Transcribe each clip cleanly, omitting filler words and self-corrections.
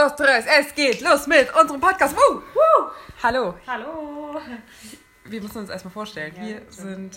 dos, tres, es geht los mit unserem Podcast. Woo! Woo! Hallo. Hallo. Wir müssen uns erstmal vorstellen. Wir sind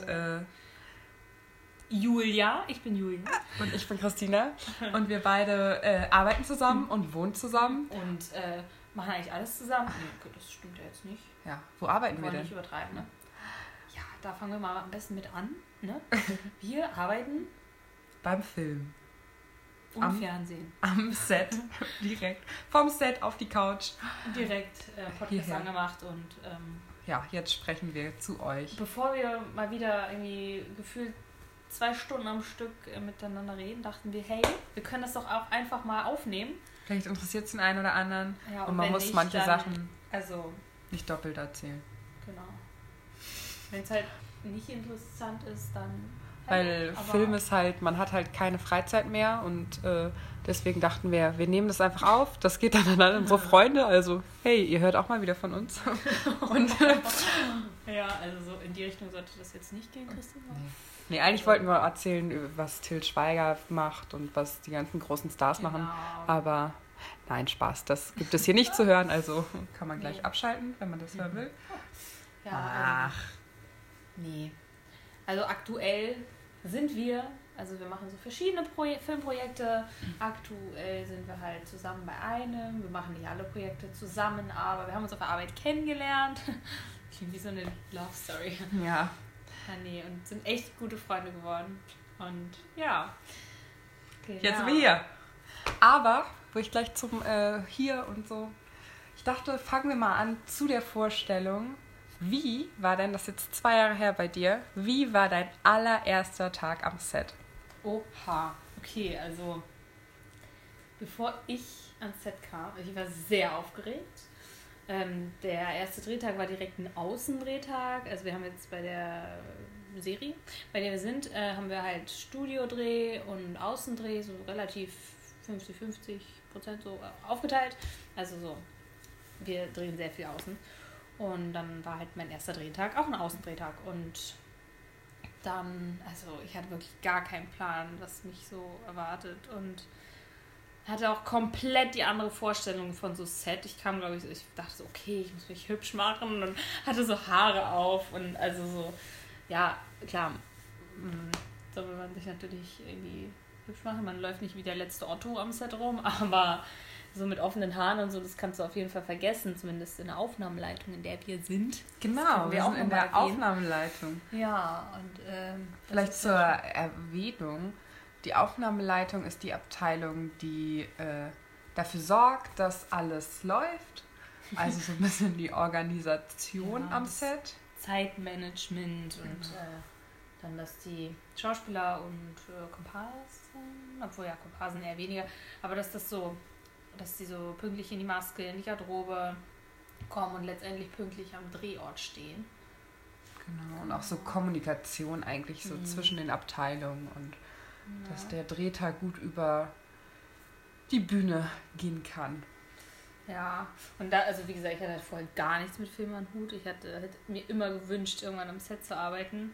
Julia, ich bin Julia. Und ich bin Christina. Und wir beide arbeiten zusammen und wohnen zusammen. Und machen eigentlich alles zusammen. Nee, okay, das stimmt ja jetzt nicht. Ja, wo arbeiten wir denn? Nicht übertreiben, ne? Ja, da fangen wir mal am besten mit an. Ne? Wir arbeiten beim Film. Und Fernsehen. Am Set. Direkt. Vom Set auf die Couch. Direkt Podcast angemacht und ja, jetzt sprechen wir zu euch. Bevor wir mal wieder irgendwie gefühlt 2 Stunden am Stück miteinander reden, dachten wir, hey, wir können das doch auch einfach mal aufnehmen. Vielleicht interessiert es den einen oder anderen. Ja, und man muss nicht, manche dann, Sachen also, nicht doppelt erzählen. Genau. Wenn es halt nicht interessant ist, dann... Weil Film ist halt, man hat halt keine Freizeit mehr und deswegen dachten wir nehmen das einfach auf. Das geht dann an unsere Freunde. Also, hey, ihr hört auch mal wieder von uns. Und, ja, also so in die Richtung sollte das jetzt nicht gehen, Christian. Nee, eigentlich wollten wir erzählen, was Til Schweiger macht und was die ganzen großen Stars machen. Aber nein, Spaß, das gibt es hier nicht zu hören. Also kann man gleich abschalten, wenn man das hören will. Ja, nee. Also aktuell sind wir, also wir machen so verschiedene Filmprojekte. Aktuell sind wir halt zusammen bei einem. Wir machen nicht alle Projekte zusammen, aber wir haben uns auf der Arbeit kennengelernt. Klingt wie so eine Love Story. Ja. Ja, nee, und sind echt gute Freunde geworden. Und ja. Genau. Jetzt sind wir hier. Aber, wo ich gleich zum Hier und so, ich dachte, fangen wir mal an zu der Vorstellung. Wie war denn, das jetzt 2 Jahre her bei dir, wie war dein allererster Tag am Set? Oha, okay, also bevor ich ans Set kam, ich war sehr aufgeregt. Der erste Drehtag war direkt ein Außendrehtag, also wir haben jetzt bei der Serie, bei der wir sind, haben wir halt Studiodreh und Außendreh, so relativ 50-50% so aufgeteilt, also so, wir drehen sehr viel außen. Und dann war halt mein erster Drehtag auch ein Außendrehtag. Und dann, also ich hatte wirklich gar keinen Plan, was mich so erwartet. Und hatte auch komplett die andere Vorstellung von so Set. Ich kam, glaube ich dachte so, okay, ich muss mich hübsch machen und hatte so Haare auf. Und also so, ja, klar, so will man sich natürlich irgendwie hübsch machen. Man läuft nicht wie der letzte Otto am Set rum, aber... so mit offenen Haaren und so, das kannst du auf jeden Fall vergessen, zumindest in der Aufnahmeleitung, in der wir sind. Genau, wir sind in der Aufnahmeleitung. Ja, und vielleicht zur Erwähnung, die Aufnahmeleitung ist die Abteilung, die dafür sorgt, dass alles läuft. Also so ein bisschen die Organisation am Set. Zeitmanagement und dann, dass die Schauspieler und Komparsen, obwohl ja Komparsen eher weniger, aber dass die so pünktlich in die Maske, in die Garderobe kommen und letztendlich pünktlich am Drehort stehen. Genau, und auch so Kommunikation eigentlich so zwischen den Abteilungen und dass der Drehtag gut über die Bühne gehen kann. Ja, und da, also wie gesagt, ich hatte halt vorher gar nichts mit Film am Hut. Ich hätte mir immer gewünscht, irgendwann am Set zu arbeiten.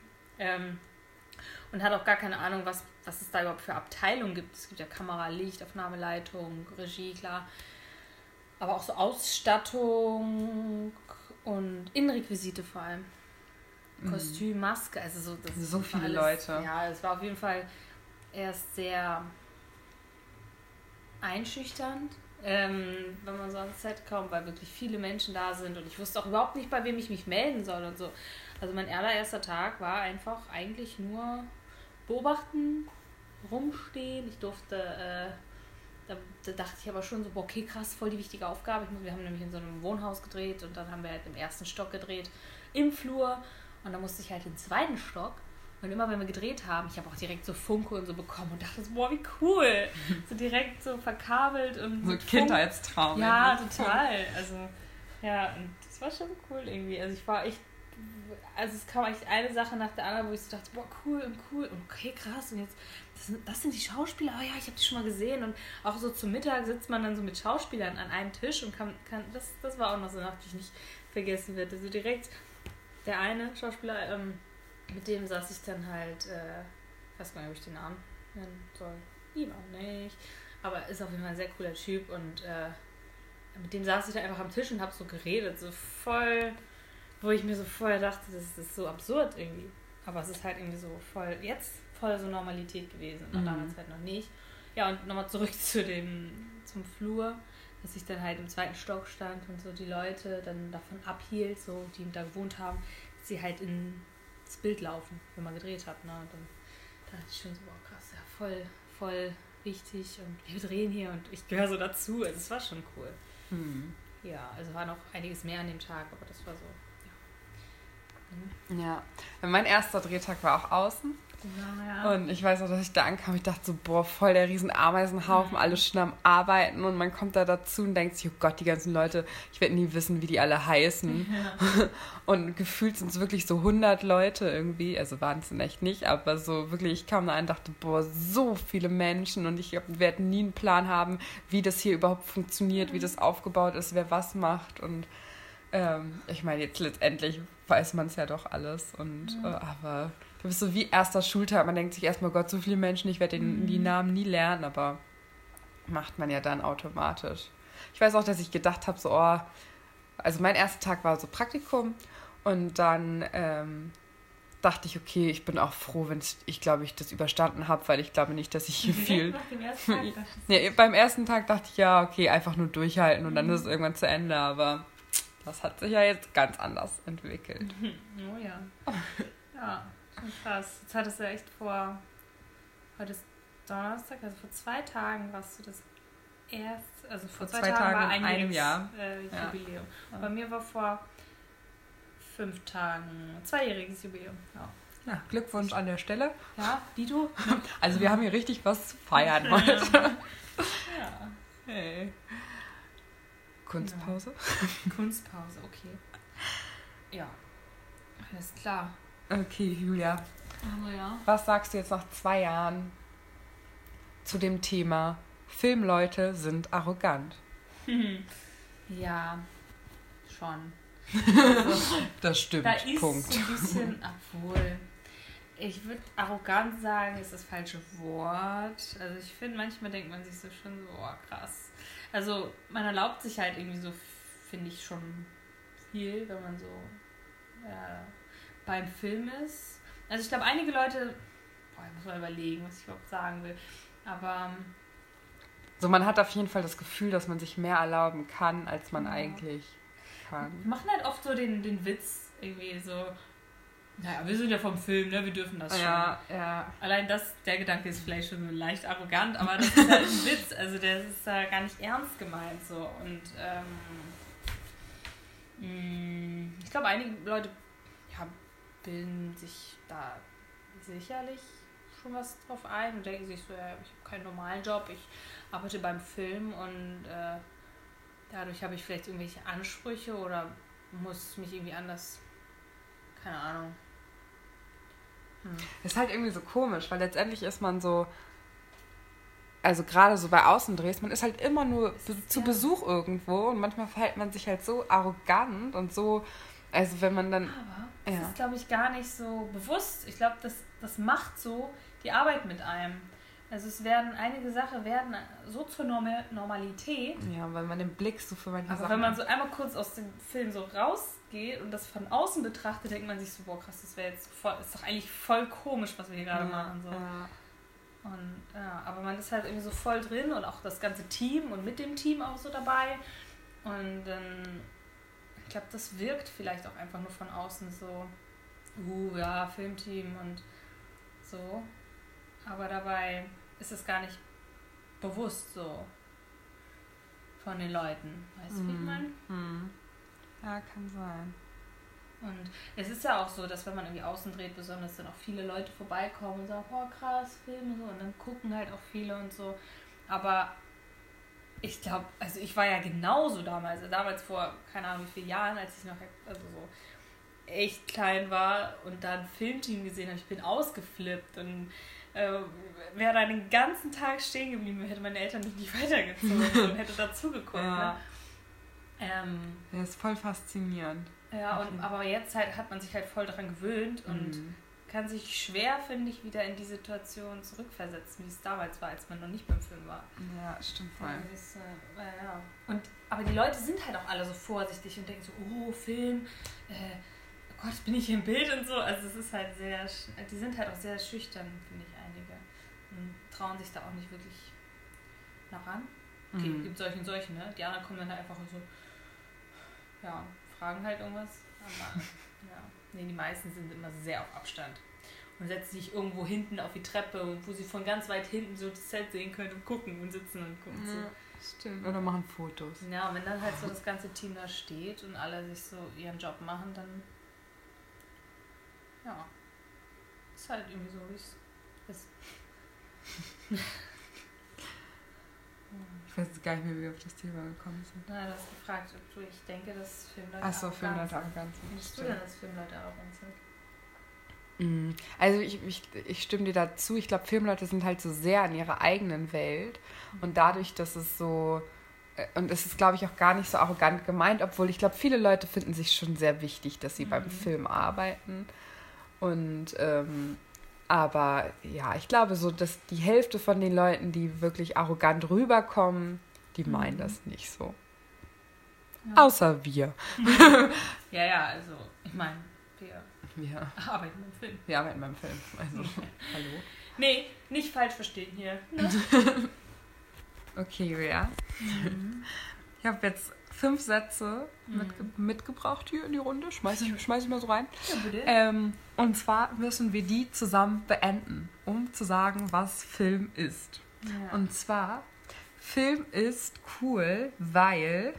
Und hatte auch gar keine Ahnung, was es da überhaupt für Abteilungen gibt. Es gibt ja Kamera, Licht, Aufnahmeleitung, Regie, klar. Aber auch so Ausstattung und Innenrequisite vor allem. Kostüm, Maske, also so viele Leute. Ja, es war auf jeden Fall erst sehr einschüchternd, wenn man so ans Set kommt, weil wirklich viele Menschen da sind und ich wusste auch überhaupt nicht, bei wem ich mich melden soll und so. Also mein allererster Tag war einfach eigentlich nur beobachten, rumstehen. Ich durfte, da dachte ich aber schon so, boah, okay, krass, voll die wichtige Aufgabe. Wir haben nämlich in so einem Wohnhaus gedreht und dann haben wir halt im 1. Stock gedreht, im Flur. Und dann musste ich halt im 2. Stock. Und immer, wenn wir gedreht haben, ich habe auch direkt so Funke und so bekommen und dachte so, boah, wie cool. So direkt so verkabelt und so Kindheitstraum. Ja, total. Also, ja, und das war schon cool irgendwie. Also ich war echt, also es kam echt eine Sache nach der anderen, wo ich so dachte, boah, cool und okay, krass. Und jetzt, das sind die Schauspieler, oh ja, ich habe die schon mal gesehen. Und auch so zum Mittag sitzt man dann so mit Schauspielern an einem Tisch und kann das war auch noch so eine Nacht, die ich nicht vergessen werde. Also direkt der eine Schauspieler, mit dem saß ich dann halt, ich weiß gar nicht, ob ich den Namen nennen soll. Lieber nicht. Aber ist auf jeden Fall ein sehr cooler Typ und mit dem saß ich da einfach am Tisch und habe so geredet, so voll, wo ich mir so vorher dachte, das ist so absurd irgendwie. Aber es ist halt irgendwie so voll, jetzt voll so Normalität gewesen und damals halt noch nicht. Ja, und nochmal zurück zum Flur, dass ich dann halt im 2. Stock stand und so die Leute dann davon abhielt, so die da gewohnt haben, dass sie halt ins Bild laufen, wenn man gedreht hat. Ne? Und dann dachte ich schon so, boah krass, ja, voll wichtig und wir drehen hier und ich gehöre so dazu. Also es war schon cool. Ja, also war noch einiges mehr an dem Tag, aber das war so, Ja, mein erster Drehtag war auch außen. Ja. Und ich weiß auch, dass ich da ankam, ich dachte so, boah, voll der riesen Ameisenhaufen, alle schon am Arbeiten und man kommt da dazu und denkt sich, oh Gott, die ganzen Leute, ich werde nie wissen, wie die alle heißen. Ja. Und gefühlt sind es wirklich so 100 Leute irgendwie, also waren es in echt nicht, aber so wirklich, ich kam da ein und dachte, boah, so viele Menschen und ich werde nie einen Plan haben, wie das hier überhaupt funktioniert, wie das aufgebaut ist, wer was macht und ich meine, jetzt letztendlich weiß man es ja doch alles und aber du bist so wie erster Schultag, man denkt sich erstmal, Gott, so viele Menschen, ich werde die Namen nie lernen, aber macht man ja dann automatisch. Ich weiß auch, dass ich gedacht habe, so, also mein erster Tag war so Praktikum und dann dachte ich, okay, ich bin auch froh, wenn ich glaube, ich das überstanden habe, weil ich glaube nicht, dass ich hier viel... Ja, beim ersten Tag dachte ich, ja, okay, einfach nur durchhalten und dann ist es irgendwann zu Ende, aber das hat sich ja jetzt ganz anders entwickelt. Oh ja. Ja, schon krass. Jetzt hattest du echt heute ist Donnerstag, also vor 2 Tagen warst du das erste, also vor 2 Tagen war einem Jahr. Jubiläum. Ja. Bei mir war vor 5 Tagen 2-jähriges Jubiläum. Ja, Glückwunsch an der Stelle. Ja, Dito. Also wir haben hier richtig was zu feiern heute. Ja. Hey. Kunstpause? Ja. Kunstpause, okay. Ja, alles klar. Okay, Julia. Ja. Was sagst du jetzt nach 2 Jahren zu dem Thema Filmleute sind arrogant? Ja, schon. Also, das stimmt, da ist Punkt. So ein bisschen, obwohl, ich würde arrogant sagen, ist das falsche Wort. Also ich finde, manchmal denkt man sich so schon so, oh krass. Also man erlaubt sich halt irgendwie so, finde ich, schon viel, wenn man so beim Film ist. Also ich glaube, einige Leute, ich muss mal überlegen, was ich überhaupt sagen will, aber... So, man hat auf jeden Fall das Gefühl, dass man sich mehr erlauben kann, als man eigentlich kann. Wir machen halt oft so den Witz irgendwie so, naja, wir sind ja vom Film, ne? Wir dürfen das schon. Ja. Allein der Gedanke ist vielleicht schon so leicht arrogant, aber das ist halt ein Witz, also der ist gar nicht ernst gemeint so und ich glaube, einige Leute bilden sich da sicherlich schon was drauf ein und denken sich so, ja, ich habe keinen normalen Job, ich arbeite beim Film und dadurch habe ich vielleicht irgendwelche Ansprüche oder muss mich irgendwie anders, keine Ahnung. Das ist halt irgendwie so komisch, weil letztendlich ist man so, also gerade so bei Außendrehs, man ist halt immer nur zu Besuch irgendwo und manchmal verhält man sich halt so arrogant und so, also wenn man dann... Aber das ist, glaube ich, gar nicht so bewusst. Ich glaube, das macht so die Arbeit mit einem. Also einige Sachen werden so zur Normalität. Ja, weil man den Blick so für manche Sachen... Aber wenn man so einmal kurz aus dem Film so rausgeht und das von außen betrachtet, denkt man sich so, boah krass, das wäre jetzt ist doch eigentlich voll komisch, was wir hier gerade machen. So. Ja. Und, aber man ist halt irgendwie so voll drin und auch das ganze Team und mit dem Team auch so dabei. Und dann, ich glaube, das wirkt vielleicht auch einfach nur von außen so, ja, Filmteam und so. Aber dabei ist es gar nicht bewusst so von den Leuten. Weißt du, wie ich meine? Ja, kann sein. Und es ist ja auch so, dass wenn man irgendwie außen dreht, besonders dann auch viele Leute vorbeikommen und sagen, oh krass, Film und so. Und dann gucken halt auch viele und so. Aber ich glaube, also ich war ja genauso damals. Also damals vor, keine Ahnung wie vielen Jahren, als ich noch so echt klein war und da ein Filmteam gesehen habe. Ich bin ausgeflippt und wäre da den ganzen Tag stehen geblieben, hätte meine Eltern mich nicht weitergezogen und hätte dazugeguckt. Ja. Ne? Das ist voll faszinierend. Ja, aber jetzt halt hat man sich halt voll daran gewöhnt und kann sich schwer, finde ich, wieder in die Situation zurückversetzen, wie es damals war, als man noch nicht beim Film war. Ja, stimmt voll. Ja. Aber die Leute sind halt auch alle so vorsichtig und denken so, oh, Film, oh Gott, bin ich hier im Bild und so. Also es ist halt die sind halt auch sehr schüchtern, finde ich, einige. Und trauen sich da auch nicht wirklich nach ran. Okay, gibt solche und solche, ne? Die anderen kommen dann halt einfach so, ja, fragen halt irgendwas. Aber, ja. Nee, die meisten sind immer sehr auf Abstand. Und setzen sich irgendwo hinten auf die Treppe, wo sie von ganz weit hinten so das Set sehen können und gucken und sitzen und gucken. Ja, stimmt. Oder machen Fotos. Ja, und wenn dann halt so das ganze Team da steht und alle sich so ihren Job machen, dann ja, ist halt irgendwie so, wie es ist. Ich weiß jetzt gar nicht mehr, wie wir auf das Thema gekommen sind. Na, du hast gefragt, ob ich denke, dass Filmleute Achso, Filmleute arrogant sind. Findest du denn, dass Filmleute arrogant sind? Also ich stimme dir dazu. Ich glaube, Filmleute sind halt so sehr in ihrer eigenen Welt. Und dadurch, dass es so... Und es ist, glaube ich, auch gar nicht so arrogant gemeint, obwohl ich glaube, viele Leute finden sich schon sehr wichtig, dass sie beim Film arbeiten. Und aber ja, ich glaube so, dass die Hälfte von den Leuten, die wirklich arrogant rüberkommen, die meinen das nicht so. Ja. Außer wir. Ja, also ich meine, wir arbeiten beim Film. Wir arbeiten beim Film. Also, hallo. Nee, nicht falsch verstehen hier. Ne? Okay, Julia. Ich habe jetzt 5 Sätze mitgebracht hier in die Runde. Schmeiß ich mal so rein. Ja, bitte. Und zwar müssen wir die zusammen beenden, um zu sagen, was Film ist. Ja. Und zwar, Film ist cool, weil...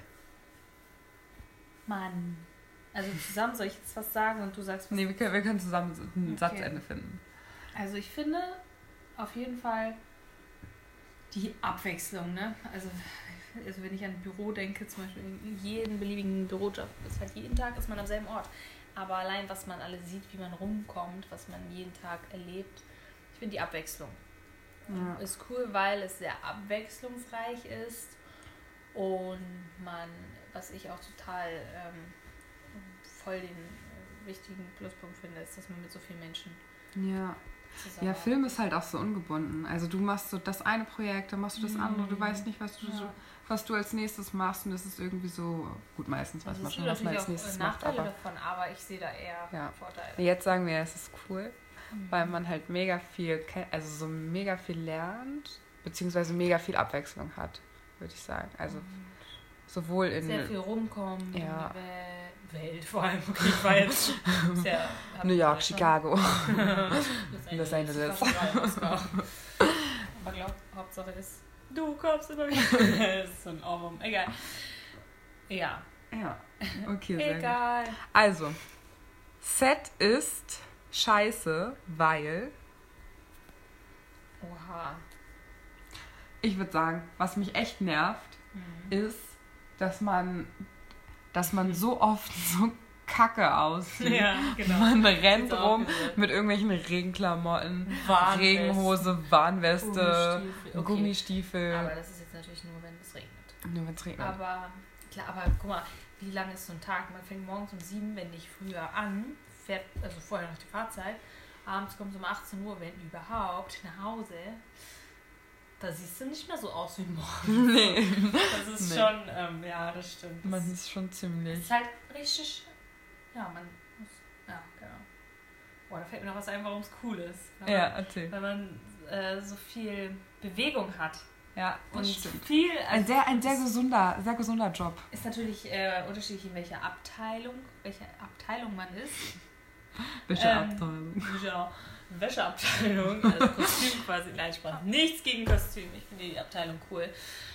Mann. Also zusammen soll ich jetzt was sagen und du sagst was? Nee, wir können zusammen ein Satzende finden. Also ich finde auf jeden Fall die Abwechslung, ne? Also wenn ich an ein Büro denke, zum Beispiel in jeden beliebigen Bürojob, ist halt jeden Tag ist man am selben Ort. Aber allein, was man alles sieht, wie man rumkommt, was man jeden Tag erlebt, ich finde die Abwechslung ist cool, weil es sehr abwechslungsreich ist und man, was ich auch total voll den wichtigen Pluspunkt finde, ist, dass man mit so vielen Menschen Ja, Film ist halt auch so ungebunden. Also du machst so das eine Projekt, dann machst du das andere, du weißt nicht, was du als nächstes machst und das ist irgendwie so, gut, meistens weiß man schon, was man als nächstes macht. Nachteile davon, aber ich sehe da eher Vorteile. Jetzt sagen wir, es ist cool, weil man halt mega viel lernt, beziehungsweise mega viel Abwechslung hat, würde ich sagen. Also sowohl in... Sehr viel rumkommen in der Welt vor allem. Okay, ich war jetzt New York, Chicago, Los Angeles. Aber Hauptsache ist, du kommst immer wieder. Das ist so ein Ohrwurm. Egal. Ja. Okay, sehr egal. Gut. Also, Set ist scheiße, weil... Oha. Ich würde sagen, was mich echt nervt, ist, dass man so oft so kacke aussieht. Ja, genau. Man rennt rum mit irgendwelchen Regenklamotten, Regenhose, Warnweste, Gummistiefel. Aber das ist jetzt natürlich nur, wenn es regnet. Nur wenn es regnet. Aber klar, aber guck mal, wie lang ist so ein Tag? Man fängt morgens um 7, wenn nicht früher an, fährt, also vorher noch die Fahrzeit, abends kommt es um 18 Uhr, wenn überhaupt, nach Hause. Da siehst du nicht mehr so aus wie morgens. Nee. Das ist schon, ja, das stimmt. Man ist schon ziemlich... Das ist halt richtig, ja, man muss, ja, genau. Boah, da fällt mir noch was ein, warum es cool ist. Erzähl. Weil man so viel Bewegung hat. Ja, und stimmt. Viel... Also ein sehr gesunder Job. Ist natürlich unterschiedlich, in welche Abteilung man ist. Welche Abteilung? Wäscheabteilung, also Kostüm quasi. Nein, ich sprach nichts gegen Kostüm. Ich finde die Abteilung cool.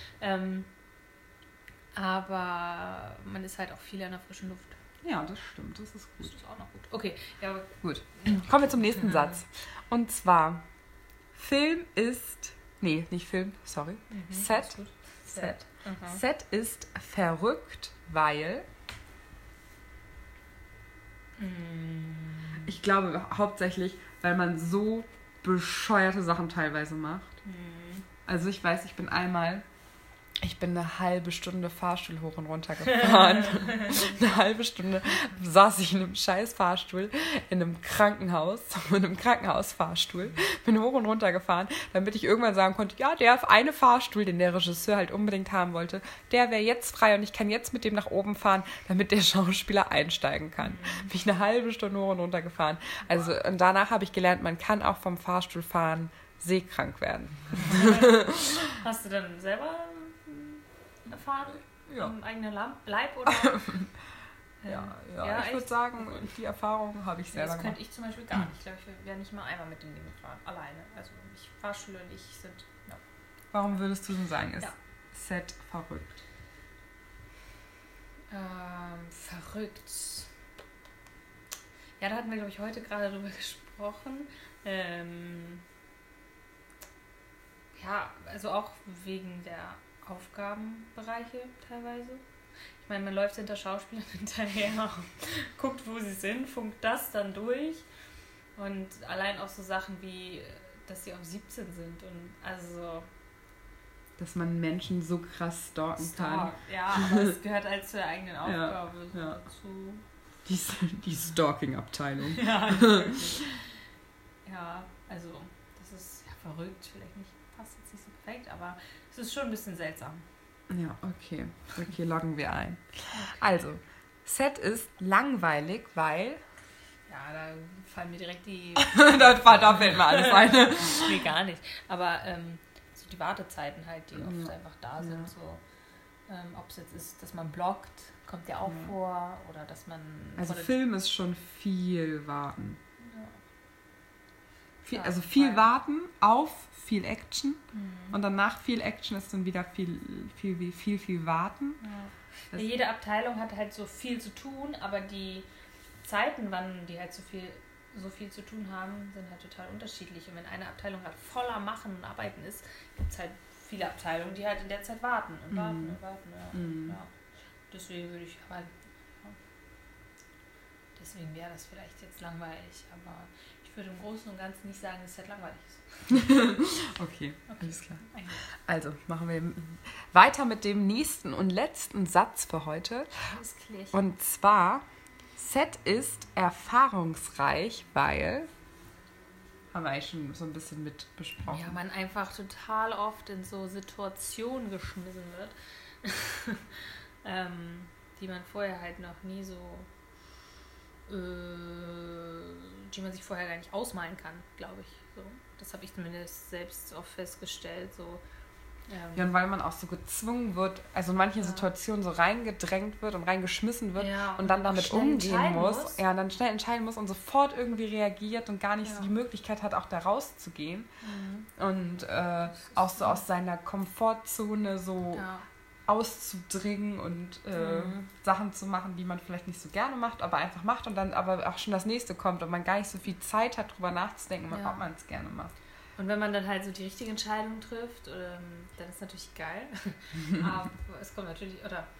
Aber man ist halt auch viel in der frischen Luft. Ja, das stimmt. Das ist gut. Das ist auch noch gut. Okay, ja, aber gut. Kommen wir zum nächsten Satz. Und zwar, Film ist... Nee, nicht Film, sorry. Set. Set ist verrückt, weil... Ich glaube hauptsächlich, weil man so bescheuerte Sachen teilweise macht. Also ich weiß, ich bin einmal Ich bin eine halbe Stunde Fahrstuhl hoch und runter gefahren. Eine halbe Stunde saß ich in einem scheiß Fahrstuhl in einem Krankenhaus, in einem Krankenhausfahrstuhl. Bin hoch und runter gefahren, damit ich irgendwann sagen konnte, ja, der eine Fahrstuhl, den der Regisseur halt unbedingt haben wollte, der wäre jetzt frei und ich kann jetzt mit dem nach oben fahren, damit der Schauspieler einsteigen kann. Bin ich eine halbe Stunde hoch und runter gefahren. Also, und danach habe ich gelernt, man kann auch vom Fahrstuhlfahren seekrank werden. Hast du dann selber erfahren? Ja. Am eigenen Leib? Oder? Ja, ich würde sagen, die Erfahrung habe ich selber gemacht. Das könnte gemacht. ich zum Beispiel gar nicht. Ich glaube, ich wäre nicht mal einmal mit dem Ding gefahren. Alleine. Also Fahrschule und ich sind... Ja. Warum würdest du denn sagen, ist Set verrückt? Verrückt. Ja, da hatten wir, glaube ich, heute gerade drüber gesprochen. Ja, also auch wegen der Aufgabenbereiche teilweise. Ich meine, man läuft hinter Schauspielern hinterher, guckt, wo sie sind, funkt das dann durch. Und allein auch so Sachen wie, dass sie auf 17 sind. Und also... Dass man Menschen so krass stalken kann. Ja, aber es gehört halt zu der eigenen Aufgabe dazu. Die Stalking-Abteilung. Ja, wirklich. Ja, also das ist verrückt, vielleicht nicht, passt jetzt nicht so perfekt, aber es ist schon ein bisschen seltsam. Ja, okay. Okay, loggen wir ein. Okay. Also, Set ist langweilig, weil... Ja, da fallen mir direkt die... da fällt mir alles ein. Nee, gar nicht. Aber so die Wartezeiten halt, die oft einfach da sind. So, ob es jetzt ist, dass man blockt, kommt ja auch vor. Oder dass man... Also Film ist schon viel warten. Ja. Also viel warten auf viel Action und danach viel Action ist dann wieder viel warten. Ja. Jede Abteilung hat halt so viel zu tun, aber die Zeiten, wann die halt so viel zu tun haben, sind halt total unterschiedlich. Und wenn eine Abteilung halt voller Machen und Arbeiten ist, gibt es halt viele Abteilungen, die halt in der Zeit warten und warten und warten. Ja. Deswegen würde ich deswegen wäre das vielleicht jetzt langweilig, aber ich würde im Großen und Ganzen nicht sagen, dass es halt langweilig ist. Okay, alles klar. Also machen wir weiter mit dem nächsten und letzten Satz für heute. Und zwar, Set ist erfahrungsreich, weil... Haben wir eigentlich schon so ein bisschen mit besprochen. Ja, man einfach total oft in so Situationen geschmissen wird, die man vorher halt noch nie so... die man sich vorher gar nicht ausmalen kann, glaube ich. So. Das habe ich zumindest selbst auch festgestellt. So. Ja, und weil man auch so gezwungen wird, also in manche Situationen so reingedrängt wird und reingeschmissen wird und dann damit umgehen muss. Ja, und dann schnell entscheiden muss und sofort irgendwie reagiert und gar nicht so die Möglichkeit hat, auch da rauszugehen. Und auch so aus seiner Komfortzone so... auszudringen und Sachen zu machen, die man vielleicht nicht so gerne macht, aber einfach macht und dann aber auch schon das nächste kommt und man gar nicht so viel Zeit hat, drüber nachzudenken, ob man es gerne macht. Und wenn man dann halt so die richtige Entscheidung trifft, dann ist es natürlich geil. Aber es kommt natürlich,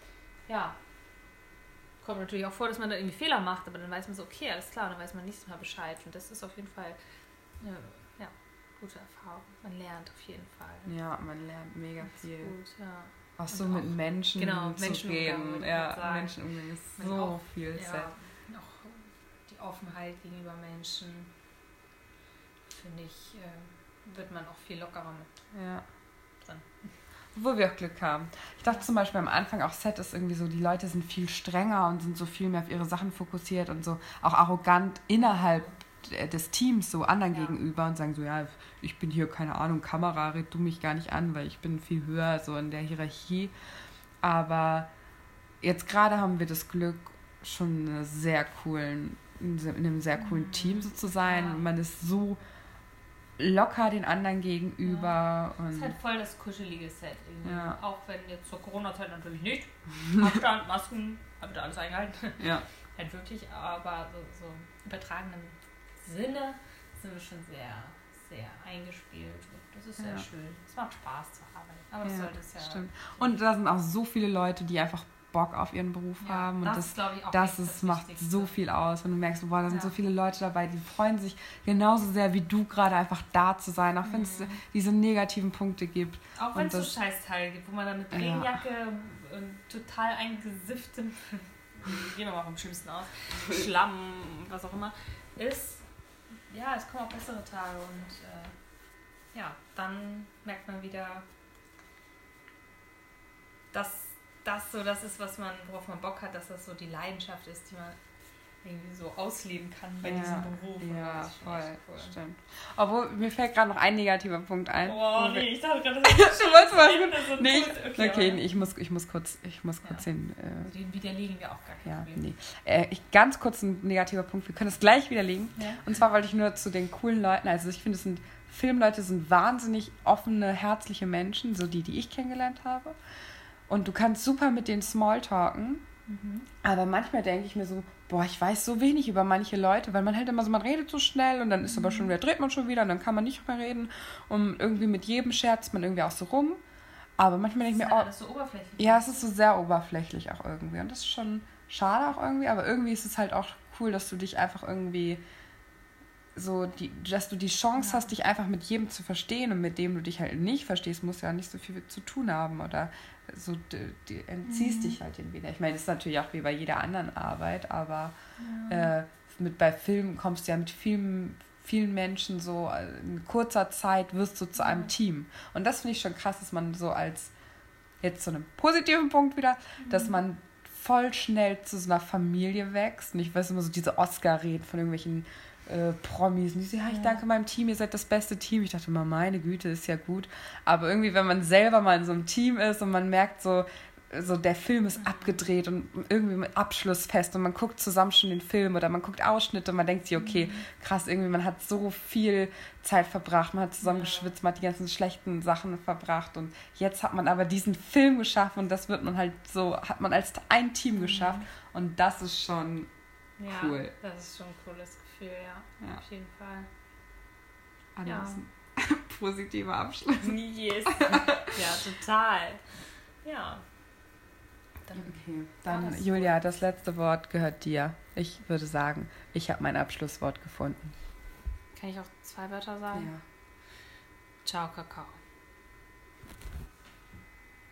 kommt natürlich auch vor, dass man da irgendwie Fehler macht, aber dann weiß man so, okay, alles klar, dann weiß man nächstes Mal Bescheid. Und das ist auf jeden Fall gute Erfahrung. Man lernt auf jeden Fall. Ja, man lernt mega viel. Gut, ja. Auch so mit Menschen zu reden. Ja, Menschenumgang ist so auch, viel Set. Auch die Offenheit gegenüber Menschen, finde ich, wird man auch viel lockerer mit drin. Obwohl wir auch Glück haben. Ich dachte zum Beispiel am Anfang auch, Set ist irgendwie so, die Leute sind viel strenger und sind so viel mehr auf ihre Sachen fokussiert und so auch arrogant innerhalb des Teams so anderen gegenüber und sagen so, ja, ich bin hier, keine Ahnung, Kamera, red du mich gar nicht an, weil ich bin viel höher so in der Hierarchie. Aber jetzt gerade haben wir das Glück, schon in einem sehr coolen Team so zu sein. Ja. Man ist so locker den anderen gegenüber. Ja. Und das ist halt voll das kuschelige Set. Ja. Auch wenn jetzt zur Corona-Zeit natürlich nicht. Abstand, Masken, habe da alles eingehalten. Ja. Halt wirklich, aber so übertragenen Sinne sind wir schon sehr, sehr eingespielt. Das ist sehr schön. Es macht Spaß zu arbeiten. Aber das sollte es Stimmt. Und da sind auch so viele Leute, die einfach Bock auf ihren Beruf haben. Und das glaube ich auch das macht so viel aus, wenn du merkst, boah, da sind so viele Leute dabei, die freuen sich genauso sehr wie du gerade einfach da zu sein, auch wenn es diese negativen Punkte gibt. Auch wenn es so Scheißteile gibt, wo man dann mit Regenjacke und total eingesifftem, gehen wir mal vom Schlimmsten aus, Schlamm, was auch immer, ist. Ja, es kommen auch bessere Tage und dann merkt man wieder, dass das so das ist, worauf man Bock hat, dass das so die Leidenschaft ist, die man irgendwie so ausleben kann bei diesem Beruf. Ja, voll. Cool. Stimmt. Obwohl, mir fällt gerade noch ein negativer Punkt ein. Oh, nee, ich dachte gerade, das ist schon nee, ich muss kurz den... den widerlegen wir auch gar kein Problem. Ganz kurz ein negativer Punkt, wir können es gleich widerlegen. Ja. Und zwar wollte ich nur zu den coolen Leuten, also ich finde, Filmleute sind wahnsinnig offene, herzliche Menschen, so die ich kennengelernt habe. Und du kannst super mit denen smalltalken. Aber manchmal denke ich mir so, boah, ich weiß so wenig über manche Leute, weil man halt immer so, man redet so schnell und dann ist aber schon wieder, dreht man schon wieder und dann kann man nicht mehr reden und irgendwie mit jedem scherzt man irgendwie auch so rum. Aber manchmal denke ich mir, alles so oberflächlich. Ja, es ist so sehr oberflächlich auch irgendwie und das ist schon schade auch irgendwie, aber irgendwie ist es halt auch cool, dass du dich einfach irgendwie dass du die Chance hast, dich einfach mit jedem zu verstehen und mit dem du dich halt nicht verstehst, musst du ja nicht so viel zu tun haben oder so, du entziehst dich halt den wieder. Ich meine, das ist natürlich auch wie bei jeder anderen Arbeit, aber bei Filmen kommst du ja mit vielen Menschen so in kurzer Zeit wirst du zu einem Team. Und das finde ich schon krass, dass man so als, jetzt zu einem positiven Punkt wieder, dass man voll schnell zu so einer Familie wächst. Und ich weiß immer so diese Oscar-Reden von irgendwelchen Promis. Und die sagen, ich danke meinem Team, ihr seid das beste Team. Ich dachte immer, meine Güte, ist ja gut. Aber irgendwie, wenn man selber mal in so einem Team ist und man merkt so der Film ist abgedreht und irgendwie mit Abschlussfest und man guckt zusammen schon den Film oder man guckt Ausschnitte und man denkt sich, okay, krass, irgendwie man hat so viel Zeit verbracht, man hat zusammen geschwitzt, man hat die ganzen schlechten Sachen verbracht und jetzt hat man aber diesen Film geschaffen und das wird man halt so, hat man als ein Team geschafft und das ist schon cool. Ja, das ist schon ein cooles Gefühl, ja. Auf jeden Fall. Positiver Abschluss. Yes. Ja, total. Ja. Okay, dann Julia, das letzte Wort gehört dir. Ich würde sagen, ich habe mein Abschlusswort gefunden. Kann ich auch 2 Wörter sagen? Ja. Ciao, Kakao.